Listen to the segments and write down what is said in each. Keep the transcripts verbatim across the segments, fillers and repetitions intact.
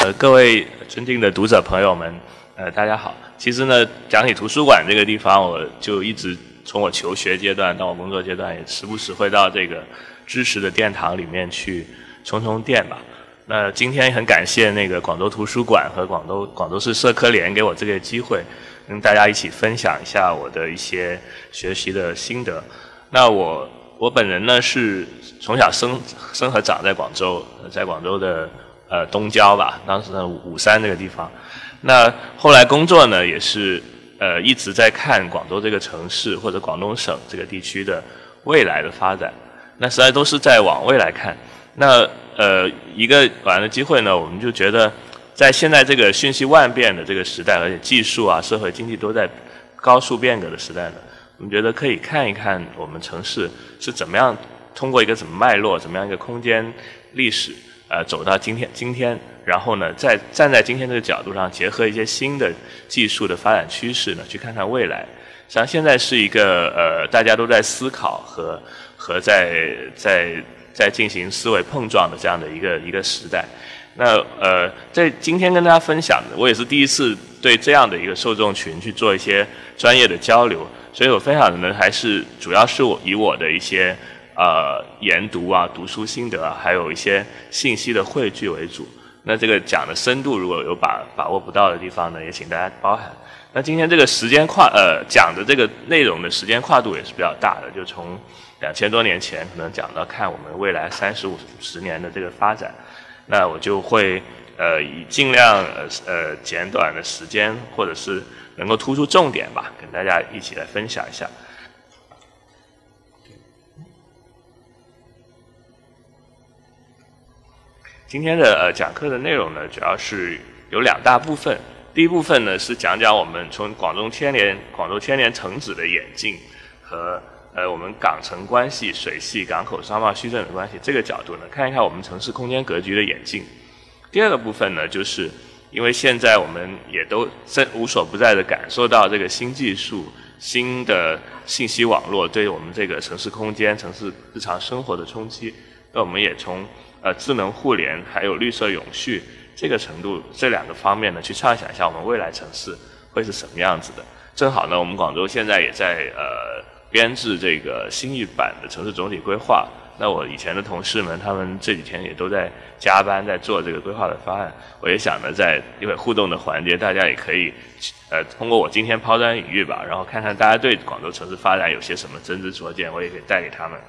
呃，各位尊敬的读者朋友们，呃，大家好。其实呢，讲起图书馆这个地方，我就一直从我求学阶段到我工作阶段，也时不时会到这个知识的殿堂里面去充充电吧。那今天很感谢那个广州图书馆和广州广州市社科联给我这个机会，跟大家一起分享一下我的一些学习的心得。那我我本人呢是从小生生和长在广州，在广州的呃东郊吧，当时的五山这个地方。那后来工作呢，也是呃一直在看广州这个城市或者广东省这个地区的未来的发展。那实在都是在往未来看。那呃一个偶然的机会呢，我们就觉得在现在这个瞬息万变的这个时代，而且技术啊、社会经济都在高速变革的时代呢，我们觉得可以看一看我们城市是怎么样通过一个怎么脉络、怎么样一个空间历史，呃，走到今天，今天，然后呢，再站在今天这个角度上，结合一些新的技术的发展趋势呢，去看看未来。实际上，现在是一个呃，大家都在思考和和在在在进行思维碰撞的这样的一个一个时代。那呃，在今天跟大家分享的，我也是第一次对这样的一个受众群去做一些专业的交流，所以我分享的呢，还是主要是我以我的一些呃研读啊、读书心得啊，还有一些信息的汇聚为主。那这个讲的深度如果有把把握不到的地方呢，也请大家包涵。那今天这个时间跨呃讲的这个内容的时间跨度也是比较大的，就从两千多年前可能讲到看我们未来三十五十年的这个发展。那我就会呃以尽量呃呃简短的时间，或者是能够突出重点吧，跟大家一起来分享一下。今天的呃讲课的内容呢，主要是有两大部分。第一部分呢是讲讲我们从广州牵连广州牵连城址的演进和呃我们港城关系、水系、港口、商贸、墟镇的关系这个角度呢，看一看我们城市空间格局的演进。第二个部分呢，就是因为现在我们也都无所不在的感受到这个新技术、新的信息网络对我们这个城市空间、城市日常生活的冲击，那我们也从呃智能互联还有绿色永续这个程度这两个方面呢，去畅想一下我们未来城市会是什么样子的。正好呢，我们广州现在也在呃编制这个新一版的城市总体规划。那我以前的同事们，他们这几天也都在加班在做这个规划的方案。我也想呢，在因为互动的环节，大家也可以呃通过我今天抛砖引玉吧，然后看看大家对广州城市发展有些什么真知灼见，我也可以带给他们。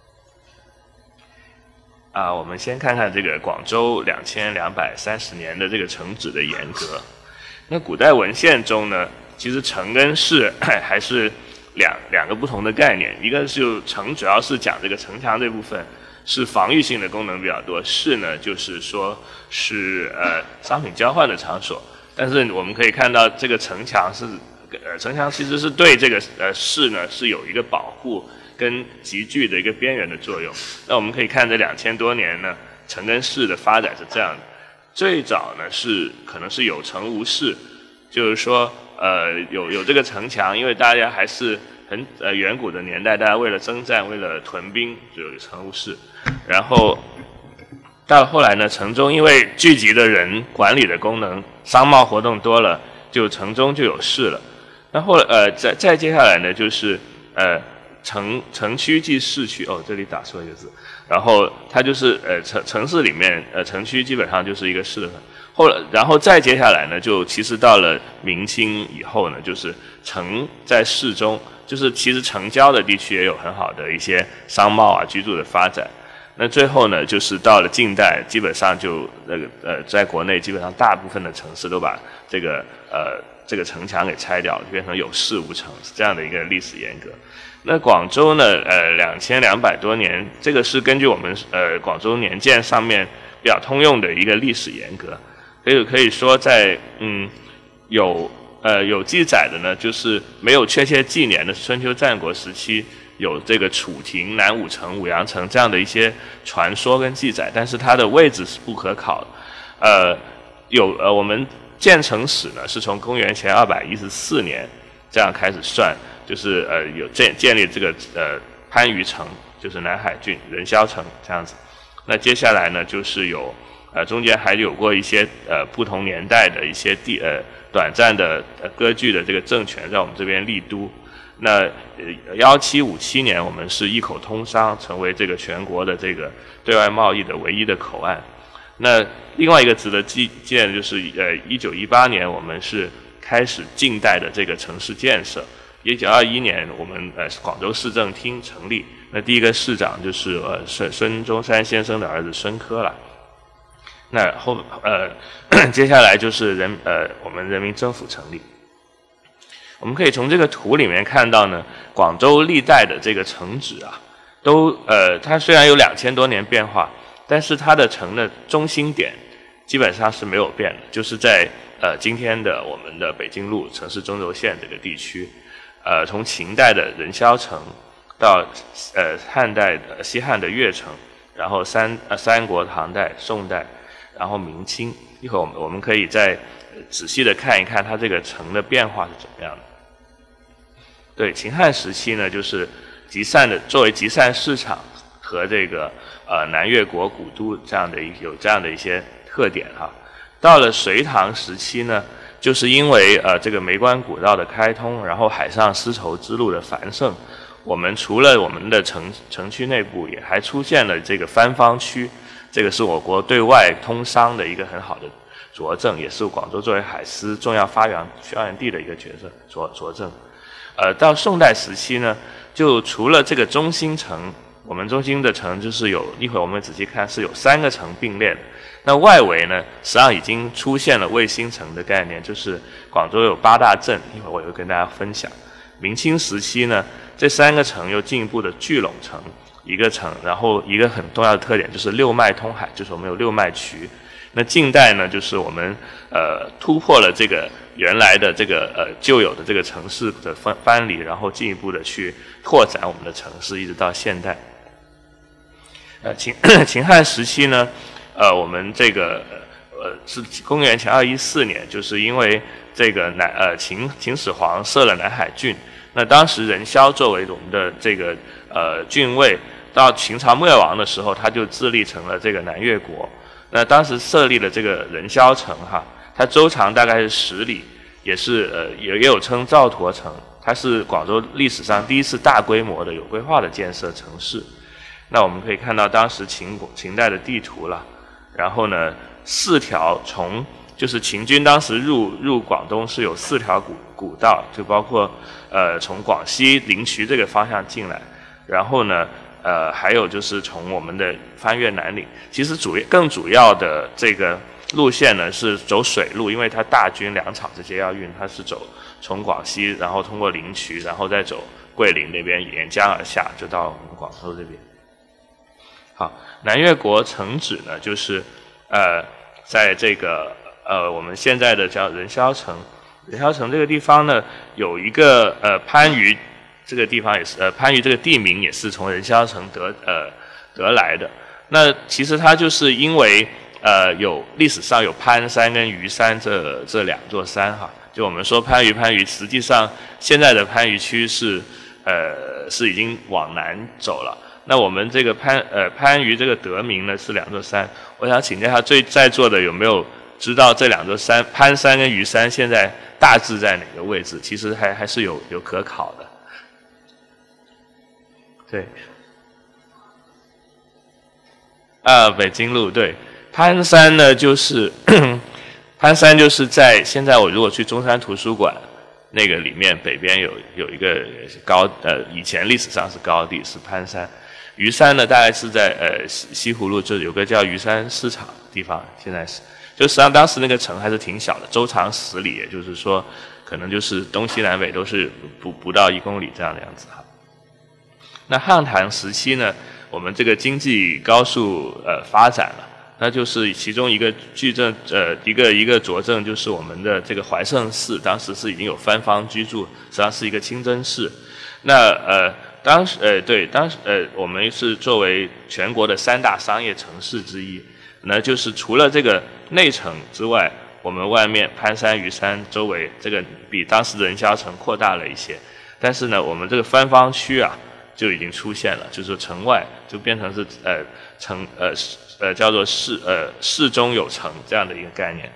啊，我们先看看这个广州两千两百三十年的这个城址的沿革。那古代文献中呢，其实城跟市还是两两个不同的概念。一个是城主要是讲这个城墙这部分是防御性的功能比较多，市呢就是说是呃商品交换的场所。但是我们可以看到这个城墙是呃城墙其实是对这个呃市呢是有一个保护跟集聚的一个边缘的作用。那我们可以看这两千多年呢，城跟市的发展是这样的。最早呢是可能是有城无市，就是说呃有有这个城墙，因为大家还是很呃远古的年代，大家为了征战、为了屯兵，就有城无市。然后到后来呢，城中因为聚集的人、管理的功能、商贸活动多了，就城中就有市了。那后来呃再再接下来呢，就是呃。城城区即市区，哦，这里打错一个字。然后它就是呃城城市里面呃城区基本上就是一个市的。后来然后再接下来呢，就其实到了明清以后呢，就是城在市中，就是其实城郊的地区也有很好的一些商贸啊、居住的发展。那最后呢，就是到了近代，基本上就那个呃，在国内基本上大部分的城市都把这个呃这个城墙给拆掉，变成有市无城，是这样的一个历史沿革。那广州呢？呃，两千两百多年，这个是根据我们呃广州年鉴上面比较通用的一个历史沿革，可以可以说在嗯有呃有记载的呢，就是没有确切纪年的春秋战国时期有这个楚庭、南武城、武阳城这样的一些传说跟记载，但是它的位置是不可考的。呃，有呃我们建城史呢是从公元前二百一十四年这样开始算。就是呃有建建立这个呃番禺城，就是南海郡、仁霄城这样子。那接下来呢，就是有呃，中间还有过一些呃不同年代的一些地呃短暂的呃割据的这个政权在我们这边立都。那呃幺七五七年，我们是一口通商，成为这个全国的这个对外贸易的唯一的口岸。那另外一个值得记见的就是，呃，一九一八年我们是开始近代的这个城市建设。一九二一年，我们呃广州市政厅成立，那第一个市长就是呃孙孙中山先生的儿子孙科了。那后呃接下来就是人呃我们人民政府成立。我们可以从这个图里面看到呢，广州历代的这个城址啊，都呃它虽然有两千多年变化，但是它的城的中心点基本上是没有变的，就是在呃今天的我们的北京路城市中轴线这个地区。呃，从秦代的仁霄城到呃汉代的西汉的越城，然后三呃三国、唐代、宋代，然后明清。一会儿我们我们可以再仔细的看一看它这个城的变化是怎么样的。对，秦汉时期呢，就是集散的作为集散市场和这个呃南越国古都这样的一有这样的一些特点哈。到了隋唐时期呢，就是因为呃这个梅关古道的开通，然后海上丝绸之路的繁盛，我们除了我们的城城区内部，也还出现了这个番方区，这个是我国对外通商的一个很好的佐证，也是广州作为海丝重要发源发源地的一个角色佐佐证。呃，到宋代时期呢，就除了这个中心城，我们中心的城就是有一会儿我们仔细看是有三个城并列的。那外围呢，实际上已经出现了卫星城的概念，就是广州有八大镇，一会儿我会跟大家分享。明清时期呢，这三个城又进一步的聚拢成一个城，然后一个很重要的特点就是六脉通海，就是我们有六脉渠。那近代呢，就是我们呃突破了这个原来的这个呃旧有的这个城市的藩藩篱，然后进一步的去拓展我们的城市，一直到现代。呃，秦秦汉时期呢。呃，我们这个呃是公元前二一四年，就是因为这个南呃秦秦始皇设了南海郡，那当时仁霄作为我们的这个呃郡尉，到秦朝灭亡的时候，他就自立成了这个南越国。那当时设立了这个仁霄城哈，它周长大概是十里，也是呃也也有称赵佗城，它是广州历史上第一次大规模的有规划的建设城市。那我们可以看到当时秦秦代的地图了。然后呢，四条从就是秦军当时入入广东是有四条古古道，就包括呃从广西灵渠这个方向进来，然后呢呃还有就是从我们的翻越南岭，其实主更主要的这个路线呢是走水路，因为它大军粮草这些要运，它是走从广西，然后通过灵渠，然后再走桂林那边沿江而下，就到我们广州这边。好，南越国城址呢，就是呃，在这个呃我们现在的叫仁霄城，仁霄城这个地方呢，有一个呃番禺这个地方也是呃番禺这个地名也是从仁霄城得呃得来的。那其实它就是因为呃有历史上有潘山跟禺山这这两座山哈，就我们说番禺番禺，实际上现在的番禺区是呃是已经往南走了。那我们这个番呃番禺这个得名呢是两座山，我想请教一下最在座的有没有知道这两座山潘山跟禺山现在大致在哪个位置？其实还还是有有可考的。对，啊，北京路对，潘山呢就是潘山就是在现在我如果去中山图书馆那个里面北边有有一个高呃以前历史上是高地是潘山。禺山呢，大概是在呃西西湖路，就有个叫禺山市场的地方，现在是，就实际上当时那个城还是挺小的，周长十里，也就是说，可能就是东西南北都是不不到一公里这样的样子哈。那汉唐时期呢，我们这个经济高速呃发展了，那就是其中一个矩阵呃一个一个佐证就是我们的这个怀圣寺，当时是已经有番方居住，实际上是一个清真寺。那呃。当时，呃，对，当时，呃，我们是作为全国的三大商业城市之一，那就是除了这个内城之外，我们外面潘山、禺山周围这个比当时仁霄城扩大了一些，但是呢，我们这个番方区啊， 就已经出现了，就是城外就变成是呃城呃呃叫做市呃市中有城这样的一个概念。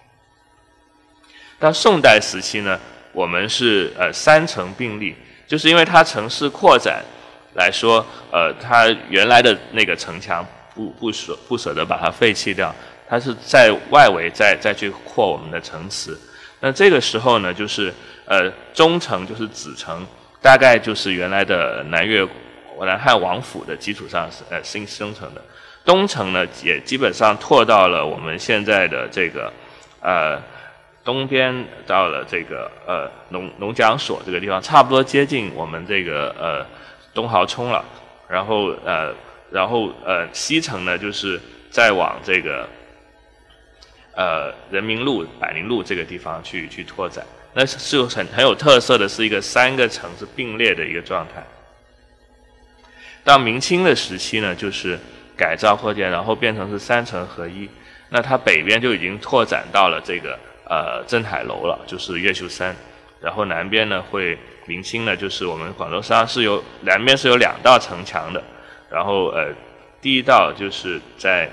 到宋代时期呢，我们是呃三城并立，就是因为它城市扩展来说，呃，它原来的那个城墙不不舍不舍得把它废弃掉，它是在外围再再去扩我们的城池。那这个时候呢，就是呃中城就是子城，大概就是原来的南越南汉王府的基础上呃新生成的。东城呢，也基本上拓到了我们现在的这个呃。东边到了这个呃农农讲所这个地方，差不多接近我们这个呃东濠涌了。然后呃然后呃西城呢，就是再往这个呃人民路、百灵路这个地方去去拓展。那是很很有特色的，是一个三个城是并列的一个状态。到明清的时期呢，就是改造扩建，然后变成是三城合一。那它北边就已经拓展到了这个。呃，镇海楼了，就是越秀山，然后南边呢会明清呢，就是我们广州商是有南边是有两道城墙的，然后呃，第一道就是在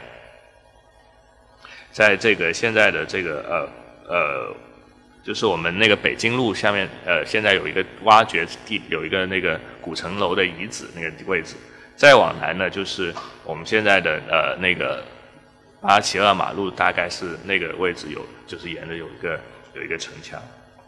在这个现在的这个呃呃，就是我们那个北京路下面呃，现在有一个挖掘地，有一个那个古城楼的遗址那个位置，再往南呢就是我们现在的呃那个。八旗二马路大概是那个位置有，就是沿着有一个有一个城墙。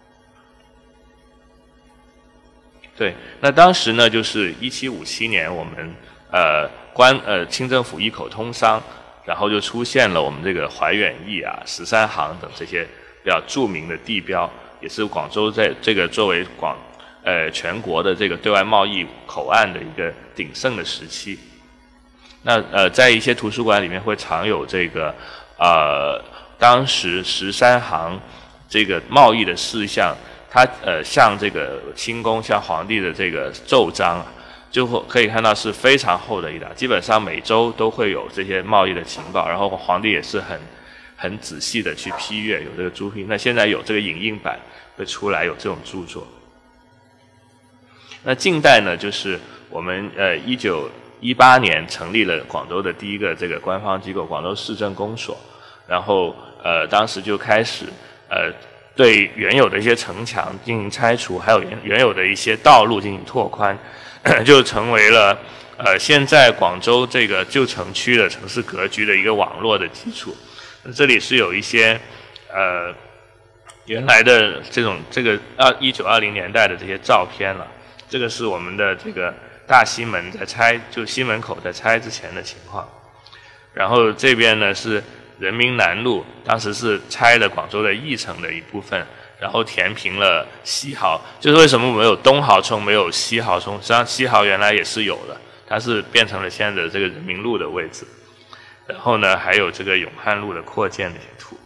对，那当时呢，就是一七五七年，我们呃官呃清政府一口通商，然后就出现了我们这个怀远驿啊、十三行等这些比较著名的地标，也是广州在这个作为广呃全国的这个对外贸易口岸的一个鼎盛的时期。那呃，在一些图书馆里面会常有这个呃，当时十三行这个贸易的事项，它呃像这个清宫像皇帝的这个奏章，就会可以看到是非常厚的一沓，基本上每周都会有这些贸易的情报，然后皇帝也是很很仔细的去批阅，有这个朱批。那现在有这个影印版会出来有这种著作。那近代呢，就是我们呃一九。一八年成立了广州的第一个这个官方机构——广州市政公所，然后呃，当时就开始呃对原有的一些城墙进行拆除，还有原原有的一些道路进行拓宽，就成为了呃现在广州这个旧城区的城市格局的一个网络的基础。那这里是有一些呃原来的这种这个二一九二零年代的这些照片了，这个是我们的这个。大西门在拆，就西门口在拆之前的情况。然后这边呢是人民南路，当时是拆了广州的翼城的一部分，然后填平了西濠。就是为什么没有东濠涌，没有西濠涌？实际上西濠原来也是有的，它是变成了现在的这个人民路的位置。然后呢，还有这个永汉路的扩建的一些图。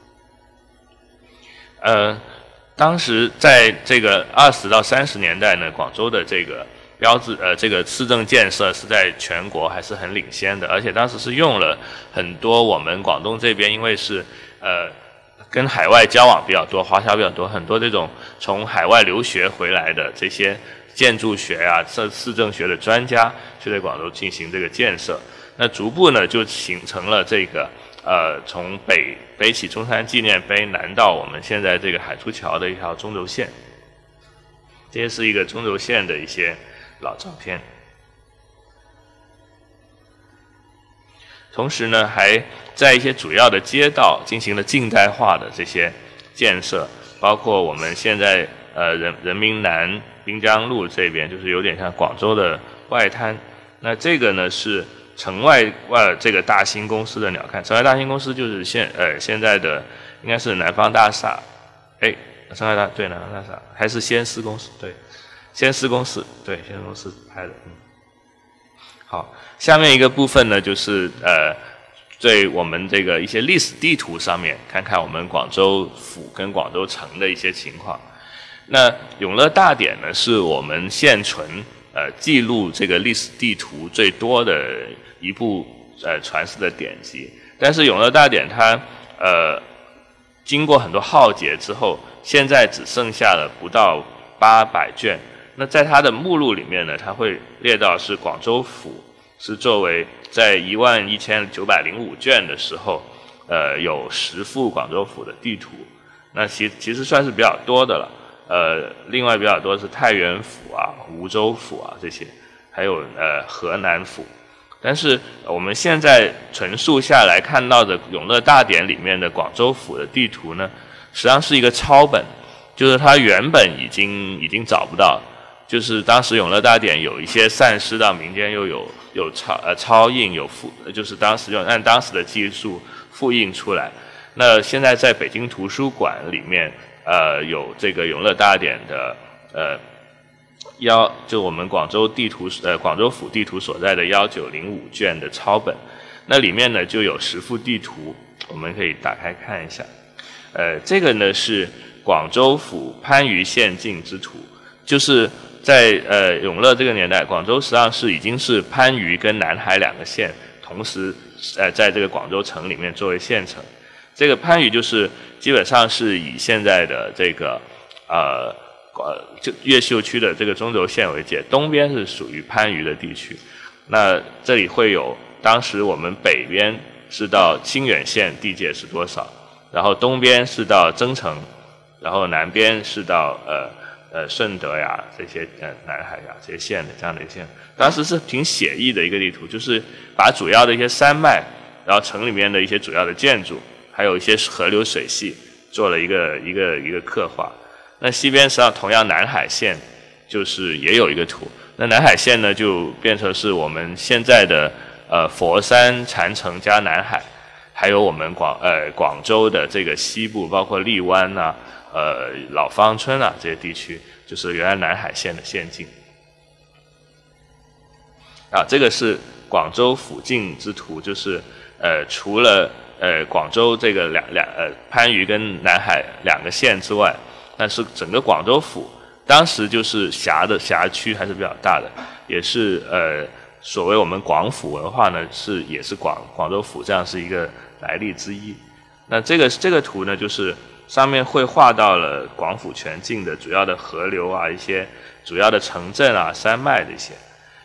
呃，当时在这个二十到三十年代呢，广州的这个。标志呃，这个市政建设是在全国还是很领先的，而且当时是用了很多我们广东这边，因为是呃跟海外交往比较多，华侨比较多，很多这种从海外留学回来的这些建筑学啊、市市政学的专家，就在广州进行这个建设。那逐步呢，就形成了这个呃从北北起中山纪念碑，南到我们现在这个海珠桥的一条中轴线。这些是一个中轴线的一些。老照片，同时呢，还在一些主要的街道进行了近代化的这些建设，包括我们现在呃人人民南滨江路这边，就是有点像广州的外滩。那这个呢是城外外这个大兴公司的鸟瞰，城外大兴公司就是现呃现在的应该是南方大厦，哎，城外大对南方大厦还是先施公司对。先施公司对，先施公司拍的，嗯，好，下面一个部分呢，就是呃，对我们这个一些历史地图上面，看看我们广州府跟广州城的一些情况。那永乐大典呢，是我们现存呃记录这个历史地图最多的一部呃传世的典籍。但是永乐大典它呃经过很多浩劫之后，现在只剩下了不到八百卷。 那在它的目录里面呢，它会列到是广州府是作为在一万一千九百零五卷的时候，呃，有十幅广州府的地图。那其其实算是比较多的了。呃，另外比较多是太原府啊、梧州府啊这些，还有呃河南府。但是我们现在存述下来看到的《永乐大典》里面的广州府的地图呢，实际上是一个抄本，就是它原本已经已经找不到，就是当时《永乐大典》有一些散失到民间，又有有抄呃抄印有复，就是当时用按当时的技术复印出来。那现在在北京图书馆里面，呃，有这个《永乐大典》的呃。幺就我们广州地图呃广州府地图所在的幺九零五卷的抄本，那里面呢就有十幅地图，我们可以打开看一下。呃，这个呢是广州府番禺县境之图，就是在呃永乐这个年代，广州实际上是已经是番禺跟南海两个县同时呃在这个广州城里面作为县城。这个番禺就是基本上是以现在的这个呃。呃，就越秀区的这个中轴线为界，东边是属于番禺的地区。那这里会有当时我们北边是到清远县地界是多少，然后东边是到增城，然后南边是到呃呃顺德呀这些呃南海呀这些县的这样的一些。当时是挺写意的一个地图，就是把主要的一些山脉，然后城里面的一些主要的建筑，还有一些河流水系做了一个一个一个刻画。那西边实际上同样南海县就是也有一个图，那南海县呢就变成是我们现在的呃佛山、禅城加南海，还有我们广呃广州的这个西部，包括荔湾啊、呃老芳村啊这些地区，就是原来南海县的县境。啊，这个是广州府境之图，就是呃除了呃广州这个两两呃番禺跟南海两个县之外。但是整个广州府当时就是辖的辖区还是比较大的，也是呃所谓我们广府文化呢是也是广广州府这样是一个来历之一。那这个这个图呢，就是上面会画到了广府全境的主要的河流啊，一些主要的城镇啊、山脉这些。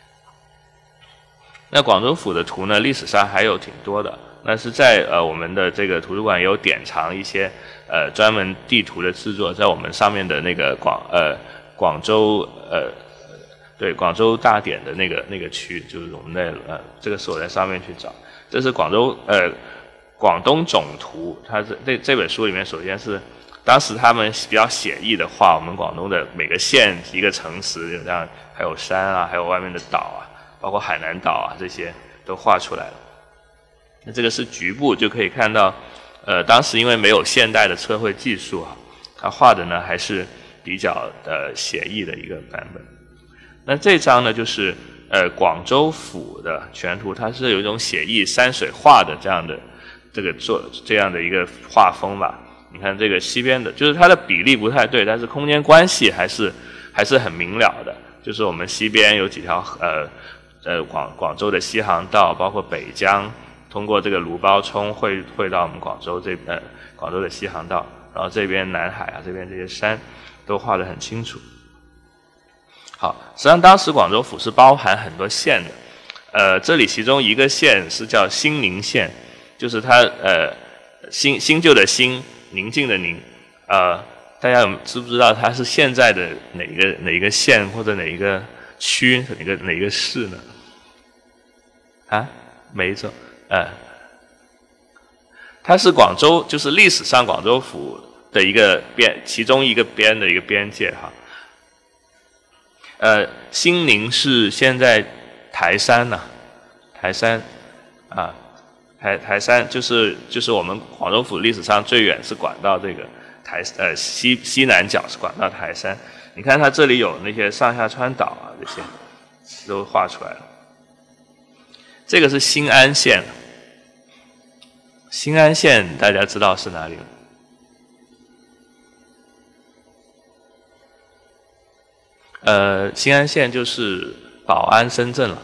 那广州府的图呢，历史上还有挺多的。那是在呃我们的这个图书馆有典藏一些呃专门地图的制作，在我们上面的那个广呃广州呃对广州大典的那个那个区，就是我们的呃这个是我在上面去找，这是广州呃广东总图，它是这这本书里面首先是当时他们比较写意的画我们广东的每个县一个城市，这样还有山啊，还有外面的岛啊，包括海南岛啊这些都画出来了。那这个是局部，就可以看到，呃，当时因为没有现代的测绘技术啊，他画的呢还是比较呃写意的一个版本。那这张呢，就是呃广州府的全图，它是有一种写意山水画的这样的这个做这样的一个画风吧。你看这个西边的，就是它的比例不太对，但是空间关系还是还是很明了的。就是我们西边有几条呃呃广广州的西航道，包括北江。通过这个卢包冲汇汇到我们广州这呃广州的西航道，然后这边南海啊这边这些山都画得很清楚。好，实际上当时广州府是包含很多县的，呃，这里其中一个县是叫兴宁县，就是它呃新新旧的新，宁静的宁，呃，大家有知不知道它是现在的哪一个哪一个县或者哪一个区哪个哪一个市呢？啊，梅州。呃，它是广州，就是历史上广州府的一个边，其中一个边的一个边界哈。呃，兴宁是现在台山呐、啊，台山啊，台台山就是就是我们广州府历史上最远是管到这个台呃西西南角是管到台山。你看它这里有那些上下川岛啊，这些都画出来了。这个是新安县。新安县大家知道是哪里吗？呃，新安县就是宝安深圳了。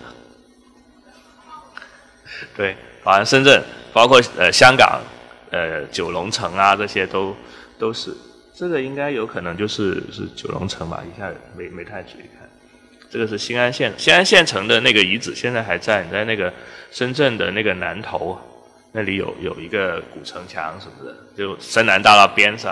对，宝安深圳，包括呃香港、呃九龙城啊，这些都都是这个应该有可能就是是九龙城吧，一下没没太注意看。这个是新安县，新安县城的那个遗址现在还在，你在那个深圳的那个南头那里有有一个古城墙什么的，就深南大道边上。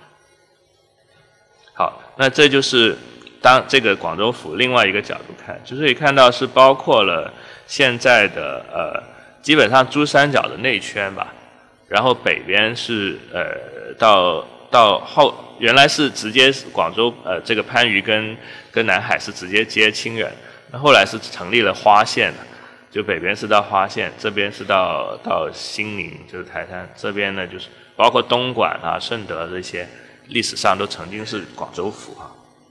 好，那这就是当这个广州府另外一个角度看，就是可以看到是包括了现在的呃基本上珠三角的内圈吧，然后北边是呃到到后原来是直接广州呃这个番禺跟跟南海是直接接清远，那后来是成立了花县，就北边是到花县，这边是到到兴宁就是台山，这边呢就是包括东莞啊顺德这些历史上都曾经是广州府啊。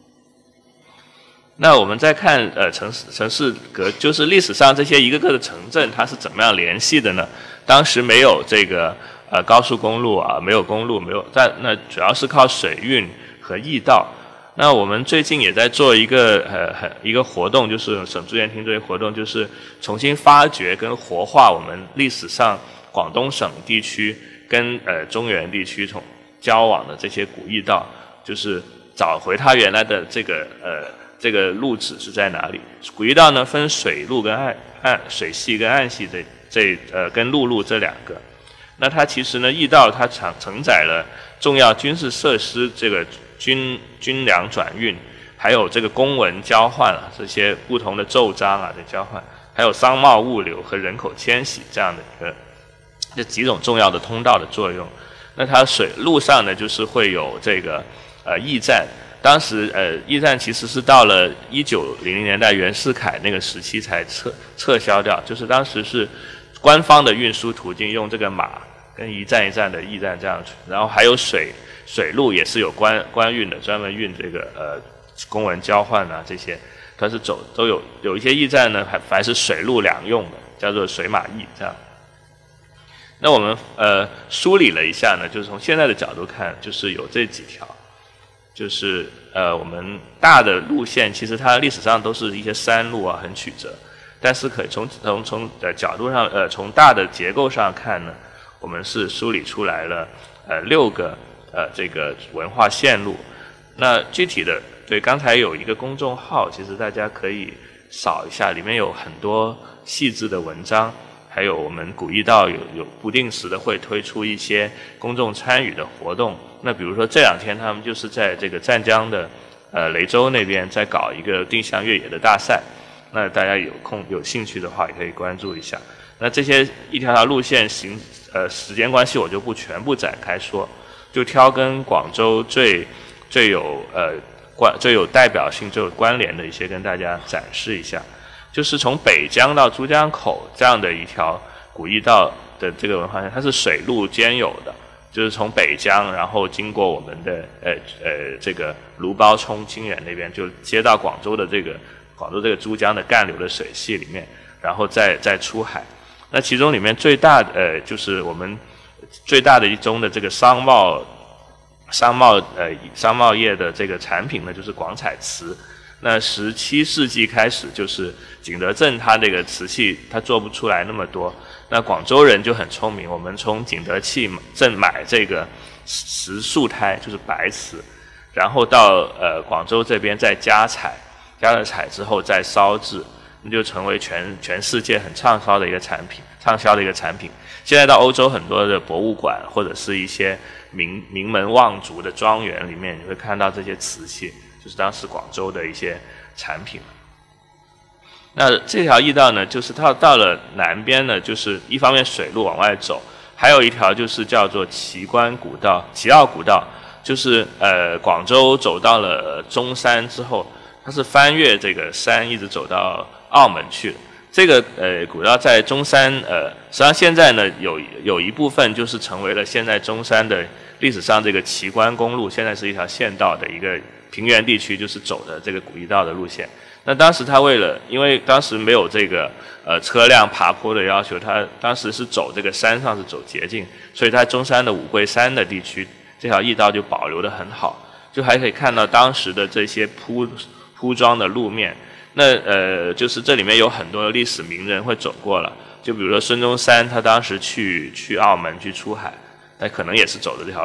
那我们再看呃城市城市格，就是历史上这些一个个的城镇它是怎么样联系的呢？当时没有这个呃高速公路啊，没有公路，没有，但那主要是靠水运和驿道。那我们最近也在做一个呃很一个活动，就是省住建厅这些活动，就是重新发掘跟活化我们历史上广东省地区跟呃中原地区从交往的这些古驿道，就是找回它原来的这个呃这个路址是在哪里。古驿道呢分水路跟岸岸水系跟岸系这这呃跟陆路这两个。那它其实呢驿道它承承载了重要军事设施，这个军军粮转运，还有这个公文交换啊，这些不同的奏章啊的交换，还有商贸物流和人口迁徙这样的一个这几种重要的通道的作用。那它水路上呢，就是会有这个呃驿站。当时呃驿站其实是到了一九零零年代袁世凯那个时期才撤撤销掉，就是当时是官方的运输途径用这个马跟一站一站的驿站这样，然后还有水水路也是有官官运的，专门运这个呃公文交换啊这些，它是走都有有一些驿站呢还还是水陆两用的，叫做水马驿这样。那我们呃梳理了一下呢，就是从现在的角度看，就是有这几条，就是呃我们大的路线其实它历史上都是一些山路啊，很曲折，但是可以从从从呃角度上呃从大的结构上看呢，我们是梳理出来了呃六个呃这个文化线路。那具体的对刚才有一个公众号，其实大家可以扫一下，里面有很多细致的文章。还有我们古驿道有有不定时的会推出一些公众参与的活动。那比如说这两天他们就是在这个湛江的呃雷州那边在搞一个定向越野的大赛，那大家有空有兴趣的话也可以关注一下。那这些一条条路线行呃时间关系我就不全部展开说，就挑跟广州最最有呃关最有代表性最有关联的一些跟大家展示一下。就是从北江到珠江口这样的一条古驿道的这个文化线，它是水陆兼有的，就是从北江，然后经过我们的呃呃这个卢包冲清远那边，就接到广州的这个广州这个珠江的干流的水系里面，然后再再出海。那其中里面最大的呃就是我们最大的一宗的这个商贸商贸呃商贸业的这个产品呢，就是广彩瓷。那十七世纪开始，就是景德镇它这个瓷器它做不出来那么多，那广州人就很聪明，我们从景德镇买这个瓷素胎，就是白瓷，然后到呃广州这边再加彩，加了彩之后再烧制，那就成为全全世界很畅销的一个产品，畅销的一个产品。现在到欧洲很多的博物馆或者是一些名名门望族的庄园里面，你会看到这些瓷器。就是当时广州的一些产品。那这条驿道呢，就是它到了南边呢，就是一方面水路往外走，还有一条就是叫做奇关古道、奇奥古道，就是呃广州走到了中山之后，它是翻越这个山一直走到澳门去的。这个呃古道在中山呃，实际上现在呢有有一部分就是成为了现在中山的历史上这个奇关公路，现在是一条县道的一个。平原地区就是走的这个古驿道的路线。那当时他为了，因为当时没有这个呃车辆爬坡的要求，他当时是走这个山上是走捷径，所以在中山的五桂山的地区，这条驿道就保留得很好，就还可以看到当时的这些铺铺装的路面。那呃，就是这里面有很多历史名人会走过了，就比如说孙中山，他当时去去澳门去出海，那可能也是走的这条路。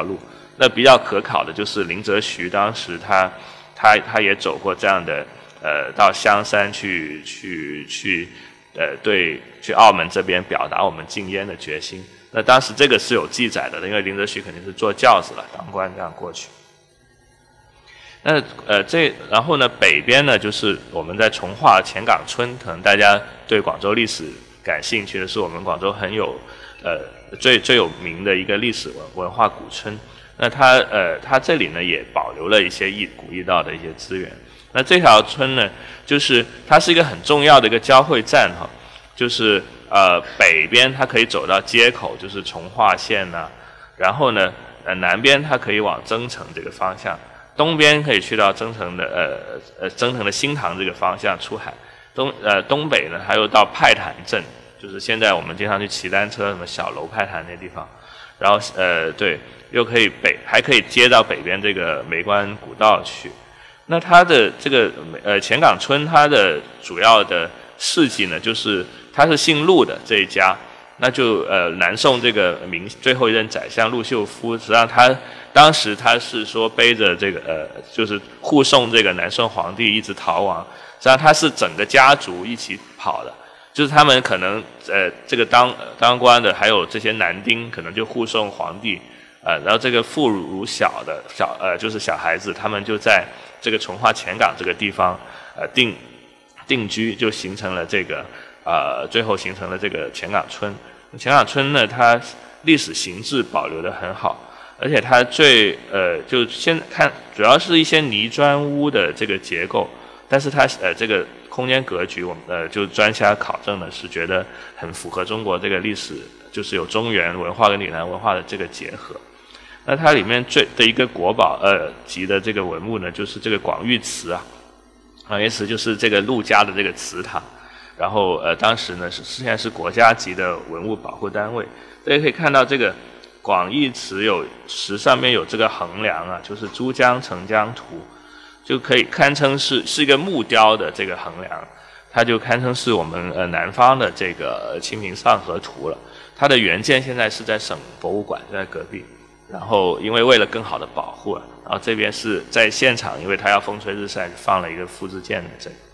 那比较可考的就是林则徐，当时他他他也走过这样的呃到香山去去去呃对去澳门这边表达我们禁烟的决心。那当时这个是有记载的，因为林则徐肯定是坐轿子了，当官这样过去。那呃这然后呢北边呢就是我们在从化钱岗村，可能大家对广州历史感兴趣的是我们广州很有呃最最有名的一个历史文文化古村。那它呃它这里呢也保留了一些驿古驿道的一些资源。那这条村呢，就是它是一个很重要的一个交汇站哈，就是呃北边它可以走到街口，就是从化县呐、啊，然后呢呃南边它可以往增城这个方向，东边可以去到增城的呃呃增城的新塘这个方向出海，东呃东北呢还有到派潭镇，就是现在我们经常去骑单车什么小楼派潭那地方，然后呃对。又可以北还可以接到北边这个梅关古道去。那它的这个呃钱岗村，它的主要的事迹呢，就是它是姓陆的这一家，那就呃南宋这个明最后一任宰相陆秀夫，实际上他当时他是说背着这个呃就是护送这个南宋皇帝一直逃亡，实际上他是整个家族一起跑的。就是他们可能呃这个当当官的还有这些男丁，可能就护送皇帝。呃，然后这个妇孺小的小呃，就是小孩子，他们就在这个从化钱岗这个地方呃定定居，就形成了这个呃，最后形成了这个钱岗村。钱岗村呢，它历史形制保留得很好，而且它最呃，就先看主要是一些泥砖屋的这个结构，但是它呃这个空间格局，我们呃就专家考证呢是觉得很符合中国这个历史，就是有中原文化跟岭南文化的这个结合。那它里面最的一个国宝呃级的这个文物呢，就是这个广玉祠啊，广玉祠就是这个陆家的这个祠堂，然后呃当时呢是现在是国家级的文物保护单位。大家可以看到这个广义祠有祠上面有这个横梁啊，就是珠江澄江图，就可以堪称是是一个木雕的这个横梁，它就堪称是我们呃南方的这个清明上河图了。它的原件现在是在省博物馆，就在隔壁。然后因为为了更好的保护啊，然后这边是在现场，因为它要风吹日晒，放了一个复制件的这个。